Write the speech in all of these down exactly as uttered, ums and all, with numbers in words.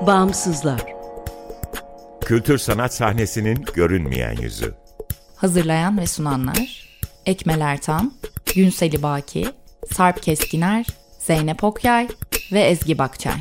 Bağımsızlar. Kültür sanat sahnesinin görünmeyen yüzü. Hazırlayan ve sunanlar Ekmel Ertan, Günseli Baki, Sarp Keskiner, Zeynep Okyay ve Ezgi Bakçay.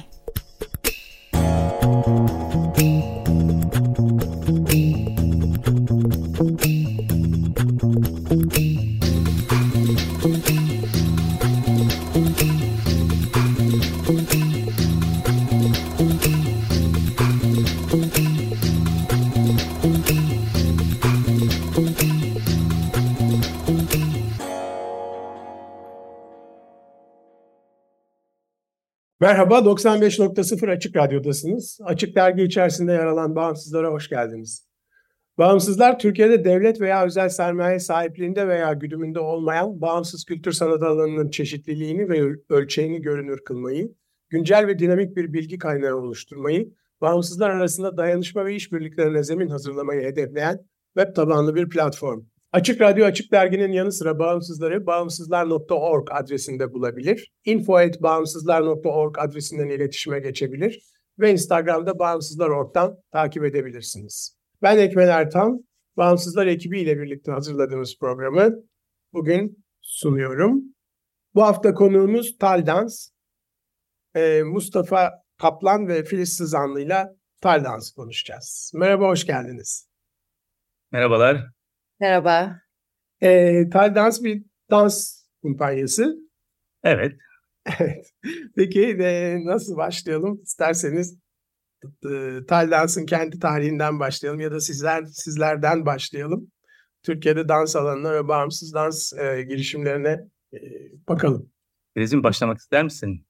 Merhaba, doksan beş nokta sıfır Açık Radyo'dasınız. Açık Dergi içerisinde yer alan Bağımsızlar'a hoş geldiniz. Bağımsızlar, Türkiye'de devlet veya özel sermaye sahipliğinde veya güdümünde olmayan bağımsız kültür sanat alanının çeşitliliğini ve ölçeğini görünür kılmayı, güncel ve dinamik bir bilgi kaynağı oluşturmayı, bağımsızlar arasında dayanışma ve işbirliklerine zemin hazırlamayı hedefleyen web tabanlı bir platform. Açık Radyo, Açık Dergi'nin yanı sıra bağımsızları bağımsızlar nokta org adresinde bulabilir. info at bağımsızlar nokta org adresinden iletişime geçebilir ve Instagram'da bağımsızlar nokta org'dan takip edebilirsiniz. Ben Ekmel Ertan, Bağımsızlar ekibiyle birlikte hazırladığımız programı bugün sunuyorum. Bu hafta konuğumuz Taldans. Ee, Mustafa Kaplan ve Filiz Sızanlı'yla Taldans'ı konuşacağız. Merhaba, hoş geldiniz. Merhabalar. Merhaba. E, Taldans bir dans kumpanyası. Evet. Evet. Peki e, nasıl başlayalım? İsterseniz e, Taldans'ın kendi tarihinden başlayalım ya da sizler sizlerden başlayalım. Türkiye'de dans alanına ve bağımsız dans e, girişimlerine e, bakalım. Filiz'in başlamak ister misin?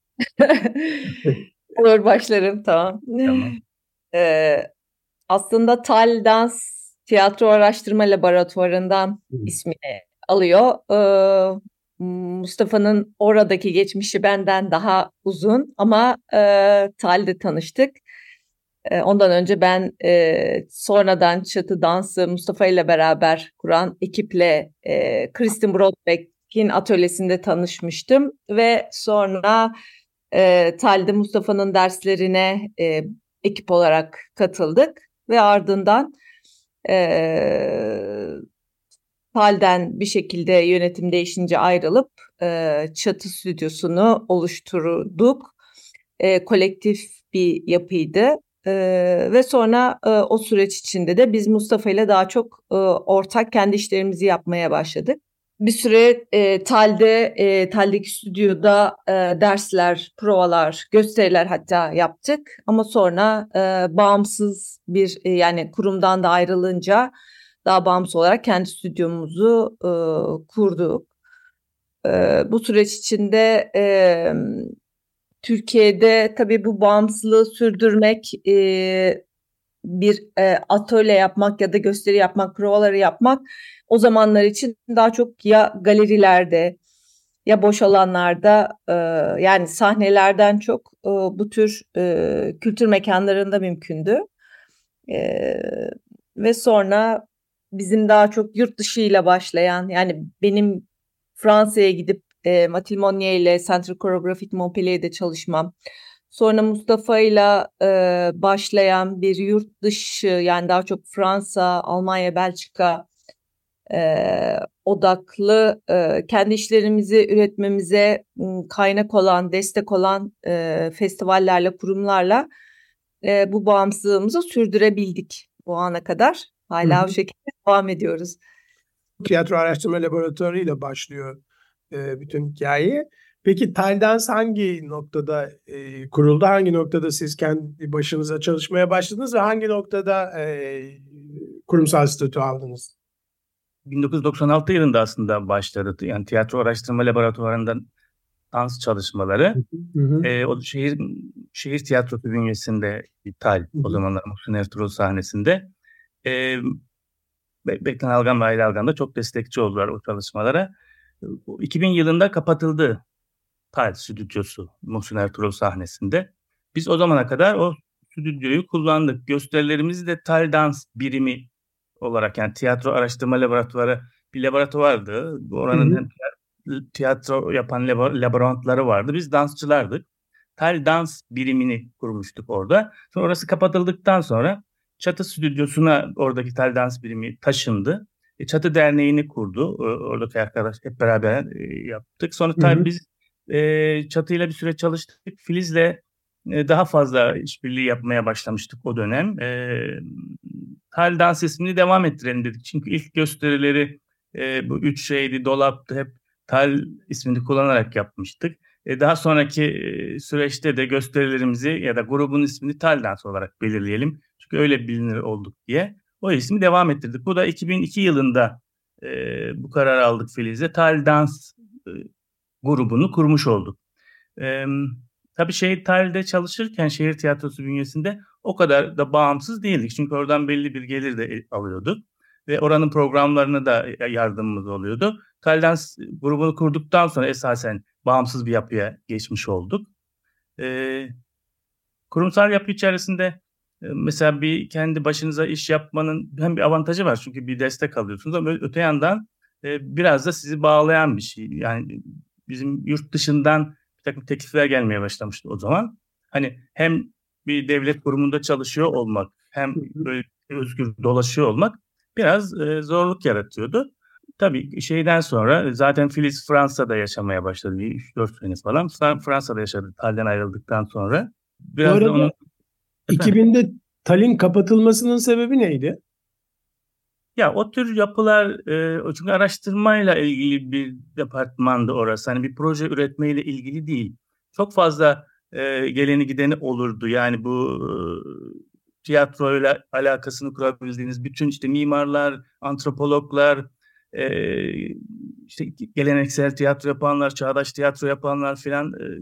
Olur, başlarım, tamam. Tamam. Ee, aslında Taldans Tiyatro Araştırma Laboratuvarı'ndan Hı. ismini alıyor. Ee, Mustafa'nın oradaki geçmişi benden daha uzun ama e, Tal'de tanıştık. E, ondan önce ben e, sonradan Çatı Dansı Mustafa ile beraber kuran ekiple e, Kristin Brodbeck'in atölyesinde tanışmıştım ve sonra e, Tal'de Mustafa'nın derslerine e, ekip olarak katıldık ve ardından E, Tal'den bir şekilde yönetim değişince ayrılıp e, Çatı Stüdyosu'nu oluşturduk. E, kolektif bir yapıydı e, ve sonra e, o süreç içinde de biz Mustafa ile daha çok e, ortak kendi işlerimizi yapmaya başladık. Bir süre e, Tal'de, e, Tal'deki stüdyoda e, dersler, provalar, gösteriler hatta yaptık. Ama sonra e, bağımsız bir e, yani kurumdan da ayrılınca daha bağımsız olarak kendi stüdyomuzu e, kurduk. E, bu süreç içinde e, Türkiye'de tabii bu bağımsızlığı sürdürmek, e, bir e, atölye yapmak ya da gösteri yapmak, provaları yapmak o zamanlar için daha çok ya galerilerde ya boş alanlarda e, yani sahnelerden çok e, bu tür e, kültür mekanlarında mümkündü. E, ve sonra bizim daha çok yurt dışı ile başlayan, yani benim Fransa'ya gidip e, Mathilde Monnier ile Centre Chorégraphique Montpellier'de çalışmam. Sonra Mustafa ile başlayan bir yurt dışı, yani daha çok Fransa, Almanya, Belçika e, odaklı e, kendi işlerimizi üretmemize kaynak olan, destek olan e, festivallerle, kurumlarla e, bu bağımsızlığımızı sürdürebildik bu ana kadar. Hala Hı-hı. o şekilde devam ediyoruz. Tiyatro Araştırma Laboratuvarı ile başlıyor e, bütün hikaye. Peki Taldans hangi noktada e, kuruldu? Hangi noktada siz kendi başınıza çalışmaya başladınız ve hangi noktada e, kurumsal statü aldınız? bin dokuz yüz doksan altı yılında aslında başladı. Yani Tiyatro Araştırma Laboratuvarı'ndan dans çalışmaları. Hı hı. E, o şehir şehir tiyatrosu bünyesinde Tal, hı hı. o zamanlar Muhsin Ertuğrul sahnesinde. E, Bektan Algan ve Ayla Algan da çok destekçi oldular o çalışmalara. iki bin yılında kapatıldı Tal stüdyosu Muhsin Ertuğrul sahnesinde. Biz o zamana kadar o stüdyoyu kullandık. Gösterilerimizi de Taldans birimi olarak, yani tiyatro araştırma laboratuvarı bir laboratuvardı. Oranın hem tiyatro yapan laborantları vardı. Biz dansçılardık. tel dans birimini kurmuştuk orada. Sonra orası kapatıldıktan sonra Çatı Stüdyosu'na oradaki tel dans birimi taşındı. E, Çatı Derneği'ni kurdu. E, oradaki arkadaş hep beraber e, yaptık. Sonra tabii hı hı. biz e, Çatı'yla bir süre çalıştık. Filiz'le e, daha fazla işbirliği yapmaya başlamıştık o dönem. E, tel dans ismini devam ettirelim dedik. Çünkü ilk gösterileri e, bu üç şeydi, dolaptı, hep tel ismini kullanarak yapmıştık. E, daha sonraki e, süreçte de gösterilerimizi ya da grubun ismini tel dans olarak belirleyelim. Çünkü öyle bilinir olduk diye. O ismi devam ettirdik. Bu da iki bin iki yılında e, bu kararı aldık Filiz'e. Tel Dans e, grubunu kurmuş olduk. E, tabii şehir Tel'de çalışırken şehir tiyatrosu bünyesinde o kadar da bağımsız değildik. Çünkü oradan belli bir gelir de alıyorduk. Ve oranın programlarına da yardımımız oluyordu. Tel Dans grubunu kurduktan sonra esasen bağımsız bir yapıya geçmiş olduk. E, kurumsal yapı içerisinde mesela bir kendi başınıza iş yapmanın hem bir avantajı var çünkü bir destek alıyorsunuz ama öte yandan e, biraz da sizi bağlayan bir şey. Yani bizim yurt dışından bir takım teklifler gelmeye başlamıştı o zaman. Hani hem bir devlet kurumunda çalışıyor olmak hem böyle özgür dolaşıyor olmak biraz e, zorluk yaratıyordu. Tabii şeyden sonra zaten Filiz Fransa'da yaşamaya başladı. Bir üç dört sene falan Fransa'da yaşadı Tal'den ayrıldıktan sonra. Biraz da onun iki binde Tal'in kapatılmasının sebebi neydi? Ya o tür yapılar e, çünkü araştırmayla ilgili bir departmandı orası. Hani bir proje üretmeyle ilgili değil. Çok fazla e, geleni gideni olurdu. Yani bu e, tiyatroyla alakasını kurabildiğiniz bütün işte mimarlar, antropologlar, e, işte geleneksel tiyatro yapanlar, çağdaş tiyatro yapanlar filan. E,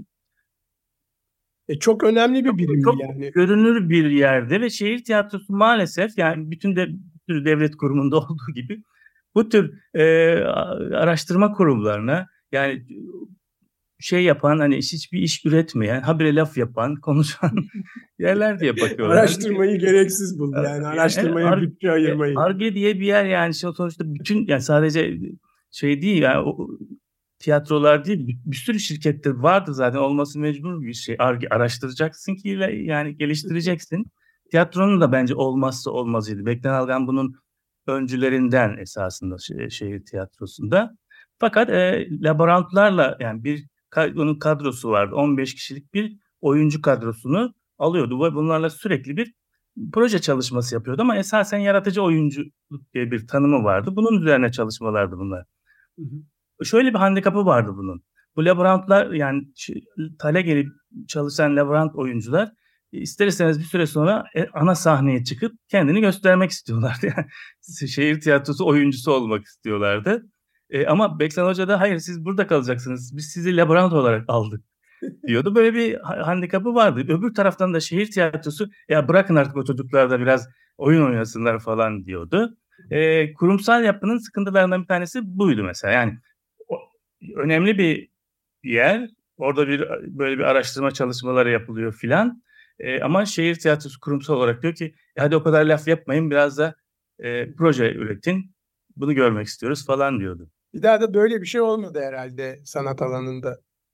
E çok önemli bir birim çok yani. Görünür bir yerde ve şehir tiyatrosu maalesef yani bütün de bir devlet kurumunda olduğu gibi bu tür e, araştırma kurumlarına yani şey yapan hani hiçbir iş üretmeyen, habire laf yapan, konuşan yerler diye bakıyorlar. Araştırmayı gereksiz buldu yani araştırmaya yani, bütçe ayırmayı. Ar-Ge diye bir yer yani sonuçta bütün yani sadece şey değil yani o, tiyatrolar değil bir sürü şirkette vardı zaten olması mecbur bir şey. Ar-Ge araştıracaksın ki yani geliştireceksin. Tiyatronun da bence olmazsa olmazıydı. Beklen Algan bunun öncülerinden esasında şe- şehir tiyatrosunda. Fakat e, laborantlarla yani bir onun kadrosu vardı. on beş kişilik bir oyuncu kadrosunu alıyordu ve bunlarla sürekli bir proje çalışması yapıyordu ama esasen yaratıcı oyunculuk diye bir tanımı vardı. Bunun üzerine çalışmalardı bunlar. Hı hı. Şöyle bir handikapı vardı bunun. Bu laborantlar yani Tal'e gelip çalışan laborant oyuncular ister istemez bir süre sonra ana sahneye çıkıp kendini göstermek istiyorlardı. Yani şehir tiyatrosu oyuncusu olmak istiyorlardı. E, ama Beklan Hoca da hayır siz burada kalacaksınız. Biz sizi laborant olarak aldık diyordu. Böyle bir handikapı vardı. Öbür taraftan da şehir tiyatrosu ya bırakın artık o çocuklar da biraz oyun oynasınlar falan diyordu. E, kurumsal yapının sıkıntılarından bir tanesi buydu mesela. Yani o, önemli bir yer. Orada bir böyle bir araştırma çalışmaları yapılıyor filan. E, ama şehir tiyatrosu kurumsal olarak diyor ki hadi o kadar laf yapmayın biraz da e, proje üretin. Bunu görmek istiyoruz falan diyordu. Bir daha da böyle bir şey olmadı herhalde sanat alanında.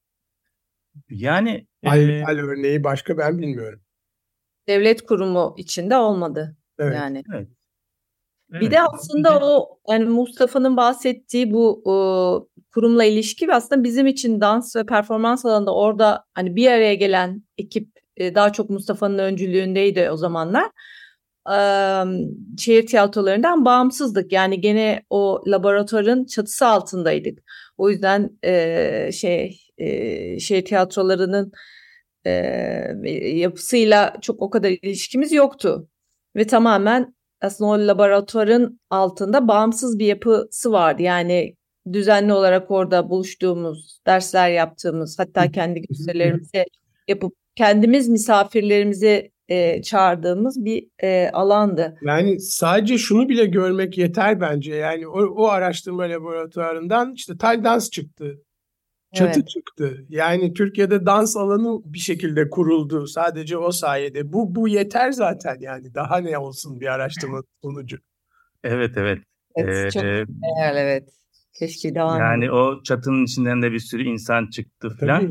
Yani Hayal e, örneği başka ben bilmiyorum. Devlet kurumu içinde olmadı. Evet. Yani. Evet. Bir evet. de aslında o yani Mustafa'nın bahsettiği bu o, kurumla ilişki aslında bizim için dans ve performans alanında orada hani bir araya gelen ekip e, daha çok Mustafa'nın öncülüğündeydi o zamanlar. E, şehir tiyatrolarından bağımsızdık. Yani gene o laboratuvarın çatısı altındaydık. O yüzden e, şey e, şehir tiyatrolarının e, yapısıyla çok o kadar ilişkimiz yoktu. Ve tamamen aslında o laboratuvarın altında bağımsız bir yapısı vardı. Yani düzenli olarak orada buluştuğumuz, dersler yaptığımız, hatta kendi gösterilerimizi yapıp kendimiz misafirlerimizi e, çağırdığımız bir e, alandı. Yani sadece şunu bile görmek yeter bence. Yani o, o araştırma laboratuvarından işte Tel Dans çıktı. Çatı evet. çıktı. Yani Türkiye'de dans alanı bir şekilde kuruldu. Sadece o sayede. Bu bu yeter zaten yani. Daha ne olsun bir araştırma sonucu. Evet evet. Evet, çok ee, değerli evet. Keşke devam Yani o çatının içinden de bir sürü insan çıktı falan.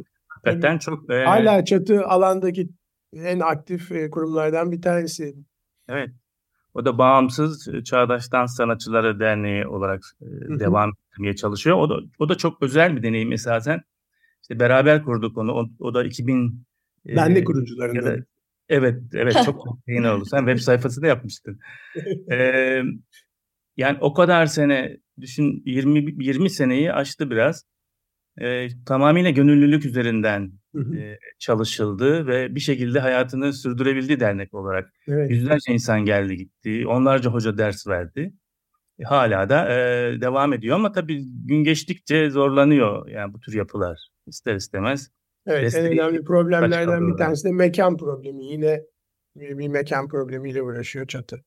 hakikaten Tabii. çok... E, Hala çatı alandaki en aktif e, kurumlardan bir tanesi. Evet. O da Bağımsız Çağdaş Dans Sanatçıları Derneği olarak e, devam etmeye çalışıyor. O da o da çok özel bir deneyim esasen. İşte beraber kurduk onu. O, o da iki bin Ben de e, kurucularından. ya da, evet, evet çok yeni oldu. Sen web sayfası da yapmıştın. e, yani o kadar sene düşün, yirmi yirmi seneyi aştı biraz. E, tamamıyla gönüllülük üzerinden e, çalışıldı ve bir şekilde hayatını sürdürebildi dernek olarak. Evet. Yüzlerce insan geldi gitti, onlarca hoca ders verdi. E, hala da e, devam ediyor ama tabii gün geçtikçe zorlanıyor yani bu tür yapılar ister istemez. Evet, en Desteği önemli problemlerden bir kalıyorlar. tanesi de mekan problemi. Yine bir mekan problemiyle uğraşıyor çatı.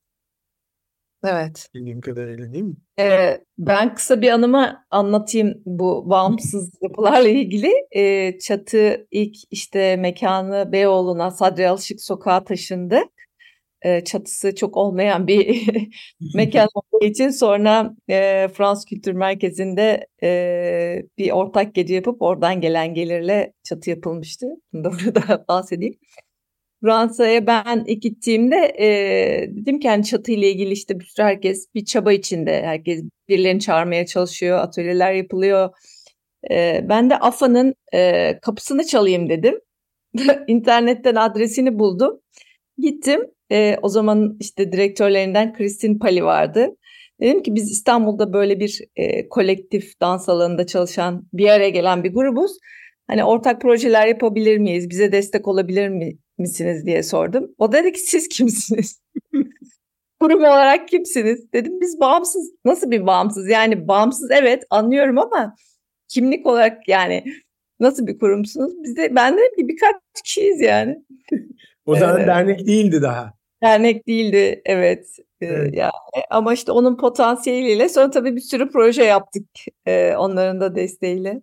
Evet. Bildiğim kadarıyla değil mi? Ee, ben kısa bir anımı anlatayım bu bağımsız yapılarla ilgili. Ee, Çatı ilk işte mekanı Beyoğlu'na, Sadri Alışık Sokağa taşındı. Ee, çatısı çok olmayan bir mekan olduğu için sonra e, Fransız Kültür Merkezi'nde e, bir ortak gece yapıp oradan gelen gelirle çatı yapılmıştı. Bunu da burada bahsedeyim. Fransa'ya ben ilk gittiğimde e, dedim ki hani çatı ile ilgili işte bir sürü herkes bir çaba içinde. Herkes birilerini çağırmaya çalışıyor, atölyeler yapılıyor. E, ben de A F A'nın e, kapısını çalayım dedim. İnternetten adresini buldum. Gittim. E, o zaman işte direktörlerinden Christine Pali vardı. Dedim ki biz İstanbul'da böyle bir e, kolektif dans alanında çalışan bir araya gelen bir grubuz. Hani ortak projeler yapabilir miyiz? Bize destek olabilir mi, misiniz diye sordum. O dedi ki siz kimsiniz? Kurum olarak kimsiniz? Dedim biz bağımsız. Nasıl bir bağımsız? Yani bağımsız evet anlıyorum ama kimlik olarak yani nasıl bir kurumsunuz? Biz de ben dedim ki birkaç kişiyiz yani. O zaman Ee, dernek değildi daha. Dernek değildi evet. Ee, Evet. yani ama işte onun potansiyeliyle sonra tabii bir sürü proje yaptık e, onların da desteğiyle.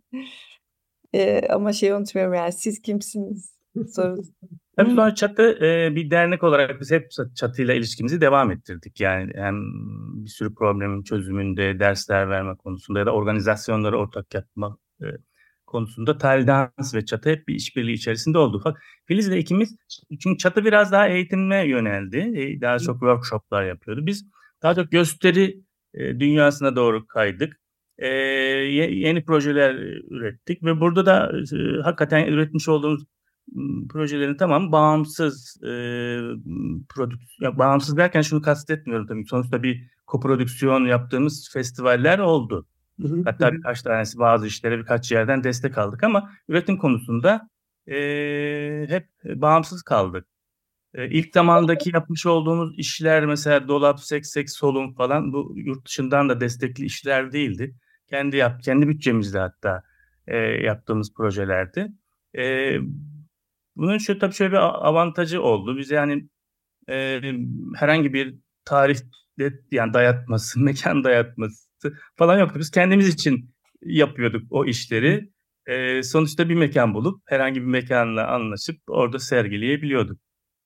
E, ama şey unutmuyorum yani siz kimsiniz sorusu. Tabii sonra Çatı e, bir dernek olarak biz hep Çatı'yla ilişkimizi devam ettirdik. Yani hem bir sürü problemin çözümünde, dersler verme konusunda ya da organizasyonları ortak yapma e, konusunda Tel Dans ve Çatı hep bir işbirliği içerisinde oldu. Fakat Filiz'le ikimiz, çünkü Çatı biraz daha eğitime yöneldi. E, daha çok workshoplar yapıyordu. Biz daha çok gösteri e, dünyasına doğru kaydık. E, yeni projeler ürettik ve burada da e, hakikaten üretmiş olduğumuz projelerin tamam bağımsız e, prodüksiyon, bağımsız derken şunu kastetmiyorum tabii. Sonuçta bir koprodüksiyon yaptığımız festivaller oldu. Hatta birkaç tanesi bazı işlere birkaç yerden destek aldık ama üretim konusunda e, hep bağımsız kaldık. E, ilk zamandaki yapmış olduğumuz işler mesela dolap, seks, seks, solun falan bu yurt dışından da destekli işler değildi. Kendi yap, kendi bütçemizle hatta e, yaptığımız projelerdi. E, bunun şöyle tabii şöyle bir avantajı oldu. Biz yani e, herhangi bir tarih yani dayatması, mekan dayatması falan yoktu. Biz kendimiz için yapıyorduk o işleri. E, sonuçta bir mekan bulup herhangi bir mekanla anlaşıp orada sergileyebiliyorduk.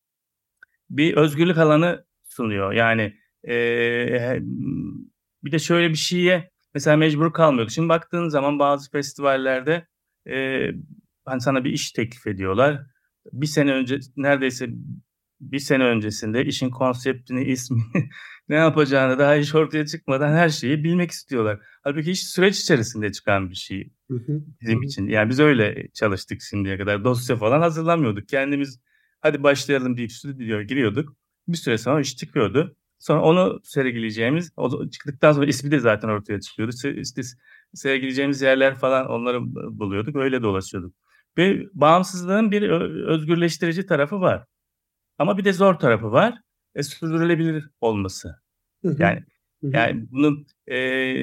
Bir özgürlük alanı sunuyor. Yani e, bir de şöyle bir şeye mesela mecbur kalmıyorduk. Şimdi baktığın zaman bazı festivallerde e, hani sana bir iş teklif ediyorlar. Bir sene önce neredeyse bir sene öncesinde işin konseptini, ismini, ne yapacağını daha iş ortaya çıkmadan her şeyi bilmek istiyorlar. Halbuki iş süreç içerisinde çıkan bir şey bizim için. Yani biz öyle çalıştık şimdiye kadar. Dosya falan hazırlamıyorduk. Kendimiz hadi başlayalım deyip stüdyoya giriyorduk. Bir süre sonra iş çıkıyordu. Sonra onu sergileyeceğimiz, o çıktıktan sonra ismi de zaten ortaya çıkıyordu. İşte sergileyeceğimiz yerler falan onları buluyorduk. Öyle dolaşıyorduk. Ve bağımsızlığın bir özgürleştirici tarafı var. Ama bir de zor tarafı var. E, sürdürülebilir olması. Yani yani bunun e,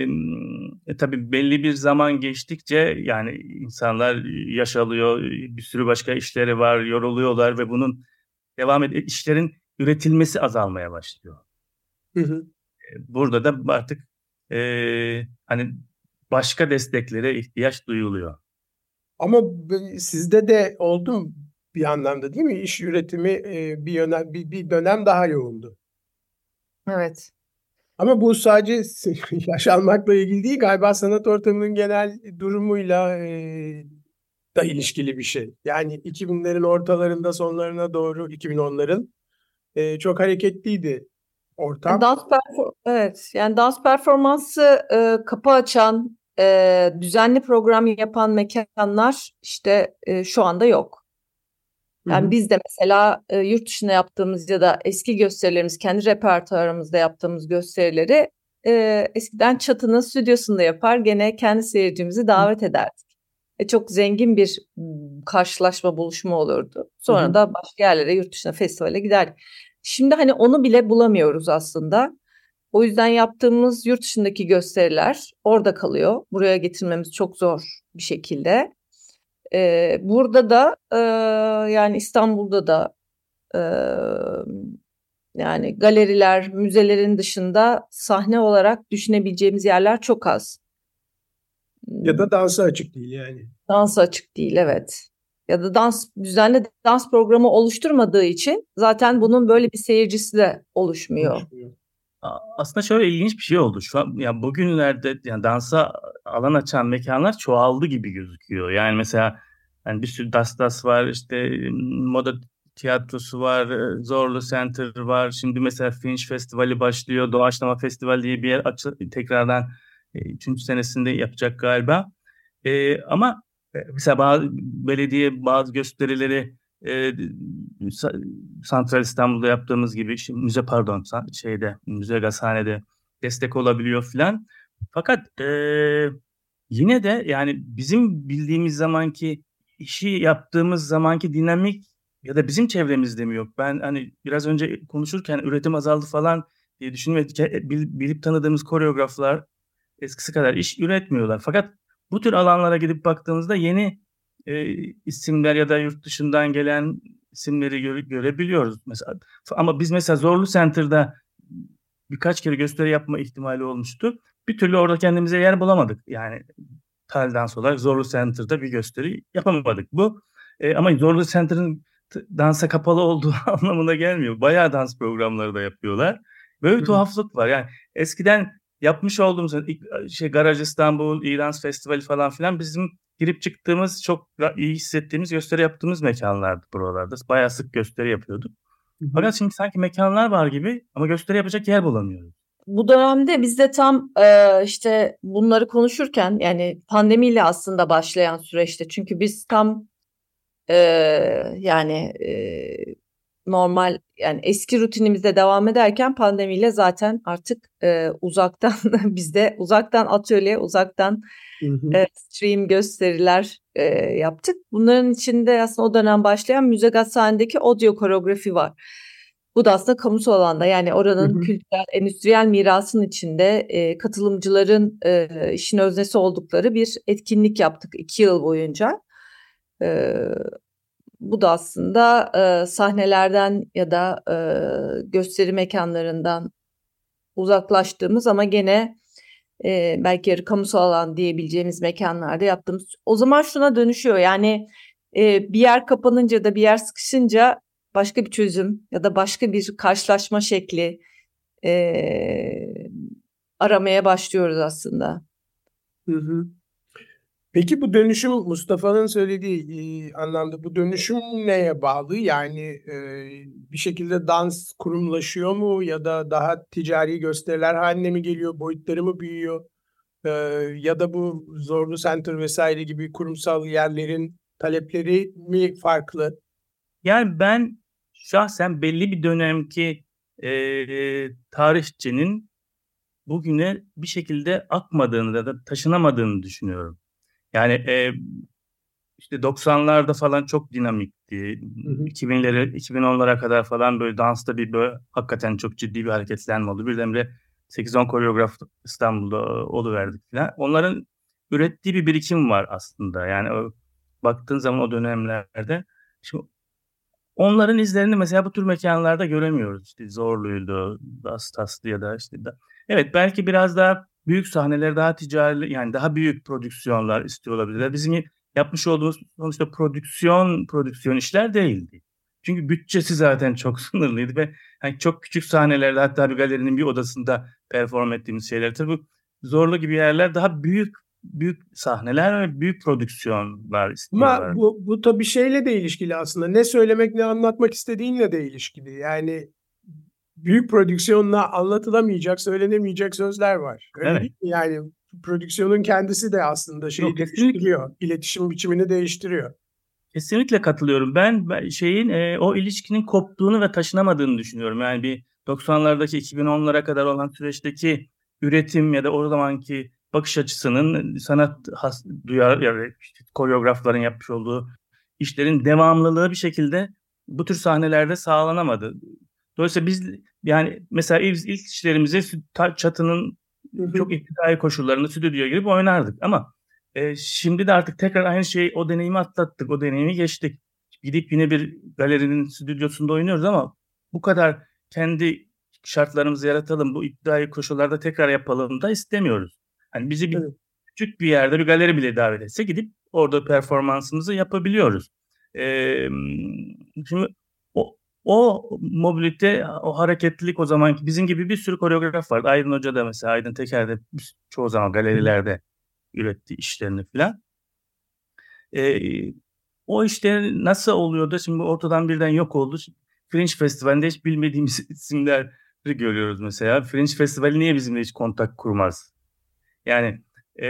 e, tabii belli bir zaman geçtikçe yani insanlar yaş alıyor, bir sürü başka işleri var, yoruluyorlar ve bunun devam ed işlerin üretilmesi azalmaya başlıyor. Hı hı. Burada da artık e, hani başka desteklere ihtiyaç duyuluyor. Ama sizde de oldu mu bir anlamda değil mi? İş üretimi bir yönem bir, bir dönem daha yoğundu. Evet. Ama bu sadece yaş almakla ilgili değil galiba sanat ortamının genel durumuyla, da ilişkili bir şey. Yani iki binlerin ortalarında sonlarına doğru iki bin onların e, çok hareketliydi ortam. Dans perfor- evet, yani dans performansı e, kapı açan, e, düzenli program yapan mekanlar işte e, şu anda yok. Yani Hı hı. biz de mesela e, yurt dışında yaptığımız ya da eski gösterilerimiz, kendi repertuarımızda yaptığımız gösterileri e, eskiden Çatı'nın stüdyosunda yapar, gene kendi seyircimizi davet ederdik. E, çok zengin bir m, karşılaşma, buluşma olurdu. Sonra Hı hı. da başka yerlere, yurt dışına, festivale giderdik. Şimdi hani onu bile bulamıyoruz aslında. O yüzden yaptığımız yurt dışındaki gösteriler orada kalıyor. Buraya getirmemiz çok zor bir şekilde. Ee, burada da e, yani İstanbul'da da e, yani galeriler, müzelerin dışında sahne olarak düşünebileceğimiz yerler çok az. Ya da dansa açık değil yani. Dansa açık değil, evet. Ya da dans düzenli dans programı oluşturmadığı için zaten bunun böyle bir seyircisi de oluşmuyor. Oluşmuyor. A- Aslında şöyle ilginç bir şey oldu. Şu an ya bugünlerde yani dansa alan açan mekanlar çoğaldı gibi gözüküyor. Yani mesela yani bir sürü Das Das var, işte moda tiyatrosu var, e, Zorlu Center var. Şimdi mesela Fringe Festivali başlıyor. Doğaçlama Festivali diye bir yer açı, tekrardan e, üçüncü senesinde yapacak galiba. E, ama e, mesela bazı belediye bazı gösterileri e, Sa- Santral İstanbul'da yaptığımız gibi şimdi müze pardon sa- şeyde müze gazhanede destek olabiliyor filan. Fakat e, yine de yani bizim bildiğimiz zamanki işi yaptığımız zamanki dinamik ya da bizim çevremizde mi yok? Ben hani biraz önce konuşurken üretim azaldı falan diye düşünüyorum. Bil- Bilip tanıdığımız koreograflar eskisi kadar iş üretmiyorlar. Fakat bu tür alanlara gidip baktığımızda yeni e, isimler ya da yurt dışından gelen isimleri göre, görebiliyoruz mesela. Ama biz mesela Zorlu Center'da birkaç kere gösteri yapma ihtimali olmuştu. Bir türlü orada kendimize yer bulamadık. Yani Tal dans olarak Zorlu Center'da bir gösteri yapamadık. Bu e, ama Zorlu Center'ın t- dansa kapalı olduğu anlamına gelmiyor. Bayağı dans programları da yapıyorlar. Böyle bir tuhaflık var. Yani eskiden yapmış olduğumuz ilk, şey Garaj İstanbul, İrans Festivali falan filan bizim girip çıktığımız çok iyi hissettiğimiz gösteri yaptığımız mekanlardı buralarda. Bayağı sık gösteri yapıyorduk. Hı hı. Fakat şimdi sanki mekanlar var gibi ama gösteri yapacak yer bulamıyoruz. Bu dönemde biz de tam e, işte bunları konuşurken, yani pandemiyle aslında başlayan süreçte, çünkü biz tam e, yani e, normal, yani eski rutinimizde devam ederken pandemiyle zaten artık e, uzaktan biz de uzaktan atölye, uzaktan Hı hı. e, stream gösteriler e, yaptık. Bunların içinde aslında o dönem başlayan Müze Gazhane'deki audio koreografi var. Bu da aslında kamusal alanda, yani oranın Hı hı. kültürel, endüstriyel mirasın içinde e, katılımcıların e, işin öznesi oldukları bir etkinlik yaptık iki yıl boyunca. E, Bu da aslında e, sahnelerden ya da e, gösteri mekanlarından uzaklaştığımız ama gene e, belki yarı kamusal alan diyebileceğimiz mekanlarda yaptığımız. O zaman şuna dönüşüyor, yani e, bir yer kapanınca da bir yer sıkışınca başka bir çözüm ya da başka bir karşılaşma şekli e, aramaya başlıyoruz aslında. Hı hı. Peki bu dönüşüm, Mustafa'nın söylediği e, anlamda bu dönüşüm neye bağlı? Yani e, bir şekilde dans kurumlaşıyor mu ya da daha ticari gösteriler haline mi geliyor, boyutları mı büyüyor? E, Ya da bu Zorlu Center vesaire gibi kurumsal yerlerin talepleri mi farklı? Yani ben şahsen belli bir dönemki e, tarihçinin bugüne bir şekilde akmadığını ya da taşınamadığını düşünüyorum. Yani e, işte doksanlarda falan çok dinamikti. Hı hı. iki binlere, iki bin onlara kadar falan böyle dansta bir böyle hakikaten çok ciddi bir hareketlenme oldu. Birdenbire sekiz on koreograf İstanbul'da oluverdik falan. Onların ürettiği bir birikim var aslında. Yani o, baktığın zaman o dönemlerde. Şimdi onların izlerini mesela bu tür mekanlarda göremiyoruz. İşte Zorlu'ydu, Das Tas'tı ya da işte da. Evet, belki biraz daha büyük sahneler, daha ticari, yani daha büyük prodüksiyonlar istiyor olabilirler. Bizim yapmış olduğumuz sonuçta prodüksiyon prodüksiyon işler değildi. Çünkü bütçesi zaten çok sınırlıydı ve hani çok küçük sahnelerde, hatta bir galerinin bir odasında perform ettiğimiz şeyler. Tabii bu Zorlu gibi yerler daha büyük büyük sahneler ve büyük prodüksiyonlar istiyorlar. Ama bu, bu tabii şeyle de ilişkili aslında. Ne söylemek, ne anlatmak istediğinle de ilişkili. Yani büyük prodüksiyonla anlatılamayacak, söylenemeyecek sözler var. Öyle Evet. değil mi? Yani prodüksiyonun kendisi de aslında şeyi Yok, kesinlikle. değiştiriyor. İletişim biçimini değiştiriyor. Kesinlikle katılıyorum. Ben ben şeyin e, o ilişkinin koptuğunu ve taşınamadığını düşünüyorum. Yani bir doksanlardaki iki bin onlara kadar olan süreçteki üretim ya da o zamanki bakış açısının sanat has, duyar ya da işte koreografların yapmış olduğu işlerin devamlılığı bir şekilde bu tür sahnelerde sağlanamadı. Dolayısıyla biz yani mesela ilk, ilk işlerimizi Çatı'nın çok iptidai koşullarında stüdyoya girip oynardık ama e, şimdi de artık tekrar aynı şeyi, o deneyimi atlattık, o deneyimi geçtik. Gidip yine bir galerinin stüdyosunda oynuyoruz ama bu kadar kendi şartlarımızı yaratalım, bu iptidai koşullarda tekrar yapalım da istemiyoruz. Hani bizi bir Evet. küçük bir yerde bir galeri bile davet etse gidip orada performansımızı yapabiliyoruz. Ee, şimdi o, o mobilite, o hareketlilik o zamanki bizim gibi bir sürü koreograf vardı. Aydın Hoca da mesela, Aydın Teker de çoğu zaman galerilerde üretti işlerini falan. Ee, o işler nasıl oluyordu? Şimdi ortadan birden yok oldu. Fringe Festivali'nde hiç bilmediğimiz isimleri görüyoruz mesela. Fringe Festivali niye bizimle hiç kontak kurmaz? Yani ee,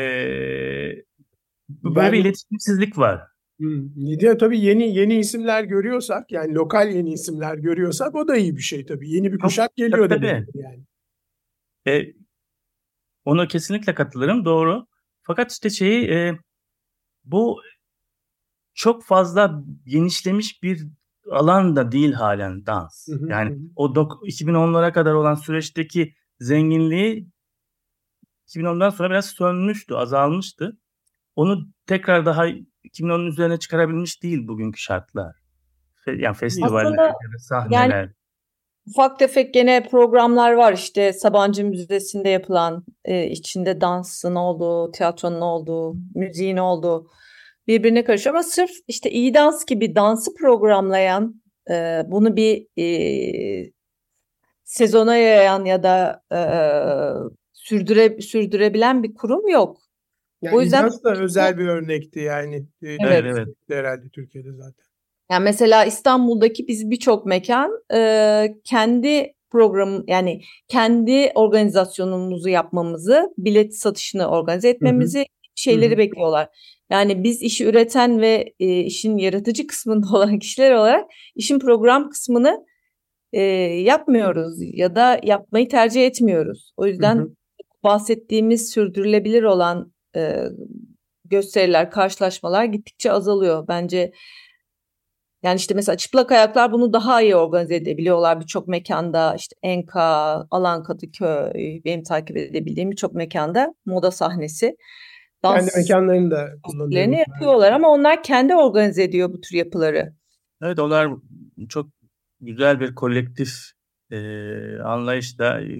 böyle Yani, bir iletişimsizlik var. Hmm. Tabii yeni yeni isimler görüyorsak, yani lokal yeni isimler görüyorsak o da iyi bir şey tabii. Yeni bir kuşak geliyor tabii, demek tabii. yani. E, ona kesinlikle katılırım, doğru. Fakat işte şeyi e, bu çok fazla genişlemiş bir alan da değil halen dans. Hı hı, Yani hı. o dok- iki bin onlara kadar olan süreçteki zenginliği iki bin ondan sonra biraz sönmüştü, azalmıştı. Onu tekrar daha iki bin onun üzerine çıkarabilmiş değil bugünkü şartlar. Fe- yani festivaller Aslında ya da sahneler. yani ufak tefek gene programlar var, işte Sabancı Müzesi'nde yapılan, e, içinde dansın olduğu, tiyatronun olduğu, müziğin olduğu birbirine karışıyor ama sırf işte iyi dans gibi dansı programlayan, e, bunu bir e, sezona yayan ya da e, sürdüre sürdürebilen bir kurum yok. Yani O yüzden İlyas da özel bir örnekti yani. Ee, Evet. Evet. Herhalde Türkiye'de zaten. yani mesela İstanbul'daki biz birçok mekan e, kendi program, yani kendi organizasyonumuzu yapmamızı, bilet satışını organize etmemizi, şeyleri Hı hı. bekliyorlar. Yani biz işi üreten ve e, işin yaratıcı kısmında olan kişiler olarak işin program kısmını e, yapmıyoruz ya da yapmayı tercih etmiyoruz. O yüzden Hı hı. bahsettiğimiz sürdürülebilir olan e, gösteriler, karşılaşmalar gittikçe azalıyor. Bence yani işte mesela Çıplak Ayaklar bunu daha iyi organize edebiliyorlar birçok mekanda. İşte Enka, Alan Kadıköy, benim takip edebildiğim birçok mekanda moda sahnesi. Kendi Dans mekanlarını da kullanıyorlar. gösterilerini yapıyorlar ama onlar kendi organize ediyor bu tür yapıları. Evet, onlar çok güzel bir kolektif e, anlayışla, e,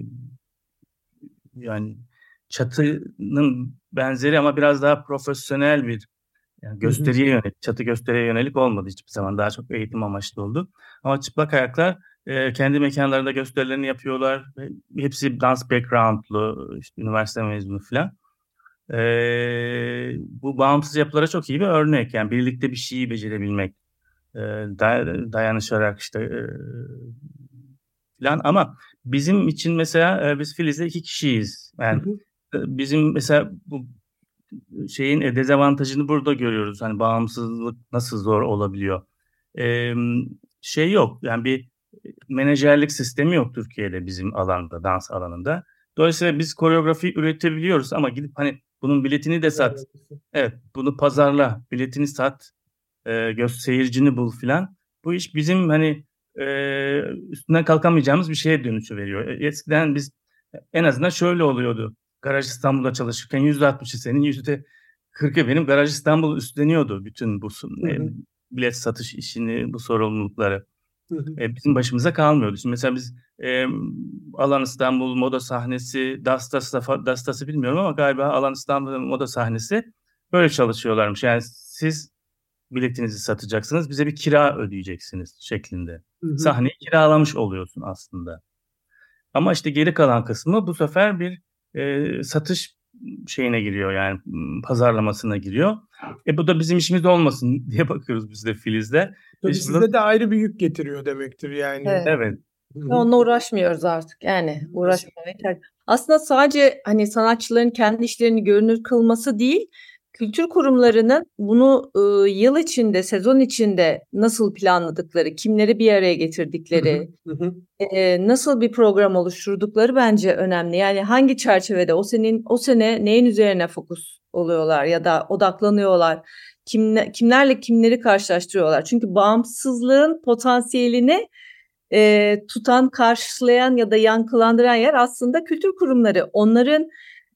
yani Çatı'nın benzeri ama biraz daha profesyonel bir, yani gösteriye yönelik, Çatı gösteriye yönelik olmadı hiçbir zaman. Daha çok eğitim amaçlı oldu. Ama Çıplak Ayaklar e, kendi mekanlarında gösterilerini yapıyorlar. E, hepsi dans background'lu, işte üniversite mezunu falan. E, bu bağımsız yapılara çok iyi bir örnek. Yani birlikte bir şeyi becerebilmek. E, day- dayanışarak işte e, falan. Ama bizim için mesela e, biz Filiz'le iki kişiyiz. Yani e, bizim mesela bu şeyin e, dezavantajını burada görüyoruz. Hani bağımsızlık nasıl zor olabiliyor. E, şey yok. Yani bir menajerlik sistemi yok Türkiye'de bizim alanda, dans alanında. Dolayısıyla biz koreografi üretebiliyoruz ama gidip hani bunun biletini de sat. Evet, bunu pazarla, biletini sat, e, göz seyircini bul filan. Bu iş bizim hani e, üstünden kalkamayacağımız bir şeye dönüşü veriyor. E, eskiden biz en azından şöyle oluyordu. Garaj İstanbul'da çalışırken yüzde altmışı senin, yüzde kırkı benim. Garaj İstanbul üstleniyordu bütün bu e, bilet satış işini, bu sorumlulukları. E, bizim başımıza kalmıyordu. Şimdi mesela biz e, Alan İstanbul moda sahnesi, Dastas'ı Dastas'ı bilmiyorum ama galiba Alan İstanbul moda sahnesi böyle çalışıyorlarmış. Yani siz biletinizi satacaksınız, bize bir kira ödeyeceksiniz şeklinde. Hı hı. Sahneyi kiralamış oluyorsun aslında. Ama işte geri kalan kısmı bu sefer bir e, satış şeyine giriyor yani pazarlamasına giriyor. E bu da bizim işimiz olmasın diye bakıyoruz biz de Filiz'de. Tabii e sizde burada... de ayrı bir yük getiriyor demektir yani. Evet. Evet. Onunla uğraşmıyoruz artık. Yani uğraşmamaya terk. Aslında sadece hani sanatçıların kendi işlerini görünür kılması değil, kültür kurumlarının bunu e, yıl içinde, sezon içinde nasıl planladıkları, kimleri bir araya getirdikleri, e, nasıl bir program oluşturdukları bence önemli. Yani hangi çerçevede o senin o sene neyin üzerine fokus oluyorlar ya da odaklanıyorlar, kimle, kimlerle kimleri karşılaştırıyorlar. Çünkü bağımsızlığın potansiyelini e, tutan, karşılayan ya da yankılandıran yer aslında kültür kurumları. Onların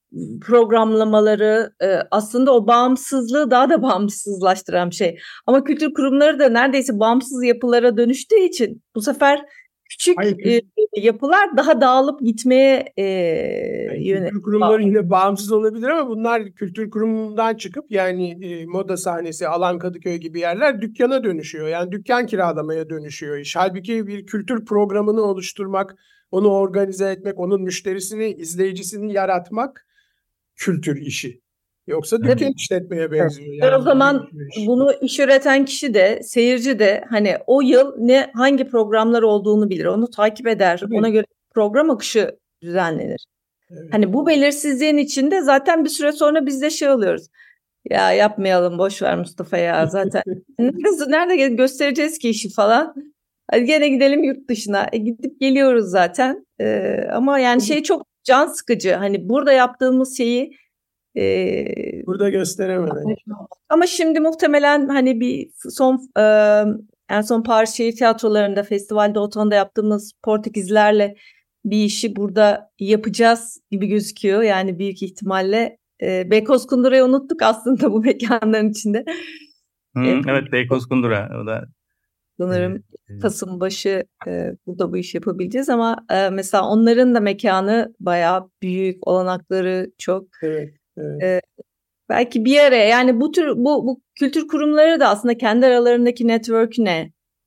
programlamaları e, aslında o bağımsızlığı daha da bağımsızlaştıran bir şey. Ama kültür kurumları da neredeyse bağımsız yapılara dönüştüğü için bu sefer küçük Hayır, e, yapılar daha dağılıp gitmeye e, yani yönelik. Kültür kurumları yine bağımsız olabilir ama bunlar kültür kurumundan çıkıp yani e, moda sahnesi, Alan Kadıköy gibi yerler dükkana dönüşüyor. Yani dükkan kiralamaya dönüşüyor iş. Halbuki bir kültür programını oluşturmak, onu organize etmek, onun müşterisini, izleyicisini yaratmak kültür işi. Yoksa dükkan evet. işletmeye benziyor. Yani o zaman iş. Bunu iş üreten kişi de, seyirci de hani o yıl ne hangi programlar olduğunu bilir. Onu takip eder. Tabii. Ona göre program akışı düzenlenir. Evet. Hani bu belirsizliğin içinde zaten bir süre sonra biz de şey oluyoruz. Ya yapmayalım, boş ver Mustafa ya zaten. Nerede göstereceğiz ki işi falan. Hadi gene gidelim yurt dışına. E, gidip geliyoruz zaten. E, ama yani şey çok can sıkıcı. Hani burada yaptığımız şeyi Ee, burada gösterememek. Ama şimdi muhtemelen hani bir son e, en son Paris Şehir Tiyatroları'nda Festivalde Oton'da yaptığımız Portekizlerle bir işi burada yapacağız gibi gözüküyor. Yani büyük ihtimalle e, Beykoz Kundura'yı unuttuk aslında bu mekanların içinde. Hmm, evet, evet Beykoz Kundura o da. Sanırım Kasım başı e, burada bu iş yapabileceğiz ama e, mesela onların da mekanı bayağı büyük, olanakları çok. Evet. Evet. Ee, belki bir araya yani bu tür bu, bu kültür kurumları da aslında kendi aralarındaki network'üne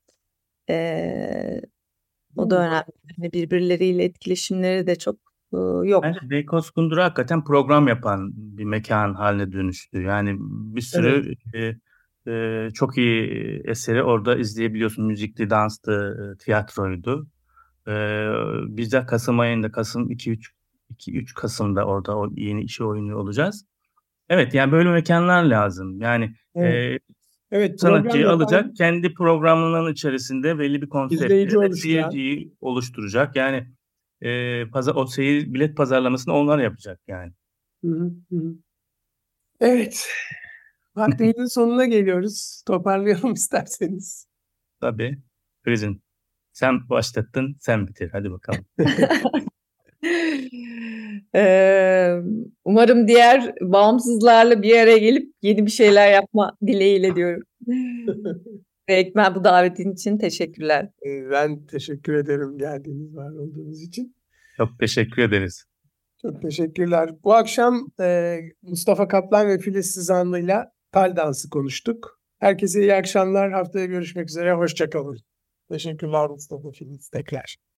ee, o da önemli. Yani birbirleriyle etkileşimleri de çok e, yok. Bence Beykoz Kundura hakikaten program yapan bir mekan haline dönüştü. Yani bir sürü evet. e, e, çok iyi eseri orada izleyebiliyorsun. Müzikli, danstı, e, tiyatroydu. E, biz de Kasım ayında Kasım iki üç Kasım'da orada o yeni işi oynuyor olacağız. Evet yani böyle mekanlar lazım. Yani evet. E, evet, sanatçıyı alacak, yapan... kendi programının içerisinde belli bir konsepti ve seyirciyi oluşturacak. Yani e, pazar, o seyir bilet pazarlamasını onlar yapacak yani. Hı hı. Evet. Vaktimizin sonuna geliyoruz. Toparlayalım isterseniz. Tabii. Prizin. Sen başlattın, sen bitir. Hadi bakalım. Ee, umarım diğer bağımsızlarla bir araya gelip yeni bir şeyler yapma dileğiyle diyorum. Ekmel, bu davetin için teşekkürler. Ben teşekkür ederim geldiğiniz, var olduğunuz için. Çok teşekkür ederiz. Çok teşekkürler. Bu akşam e, Mustafa Kaplan ve Filiz Sızanlı'yla Tal Dansı konuştuk. Herkese iyi akşamlar. Haftaya görüşmek üzere. Hoşça kalın. Teşekkürler Mustafa, Filiz tekrar.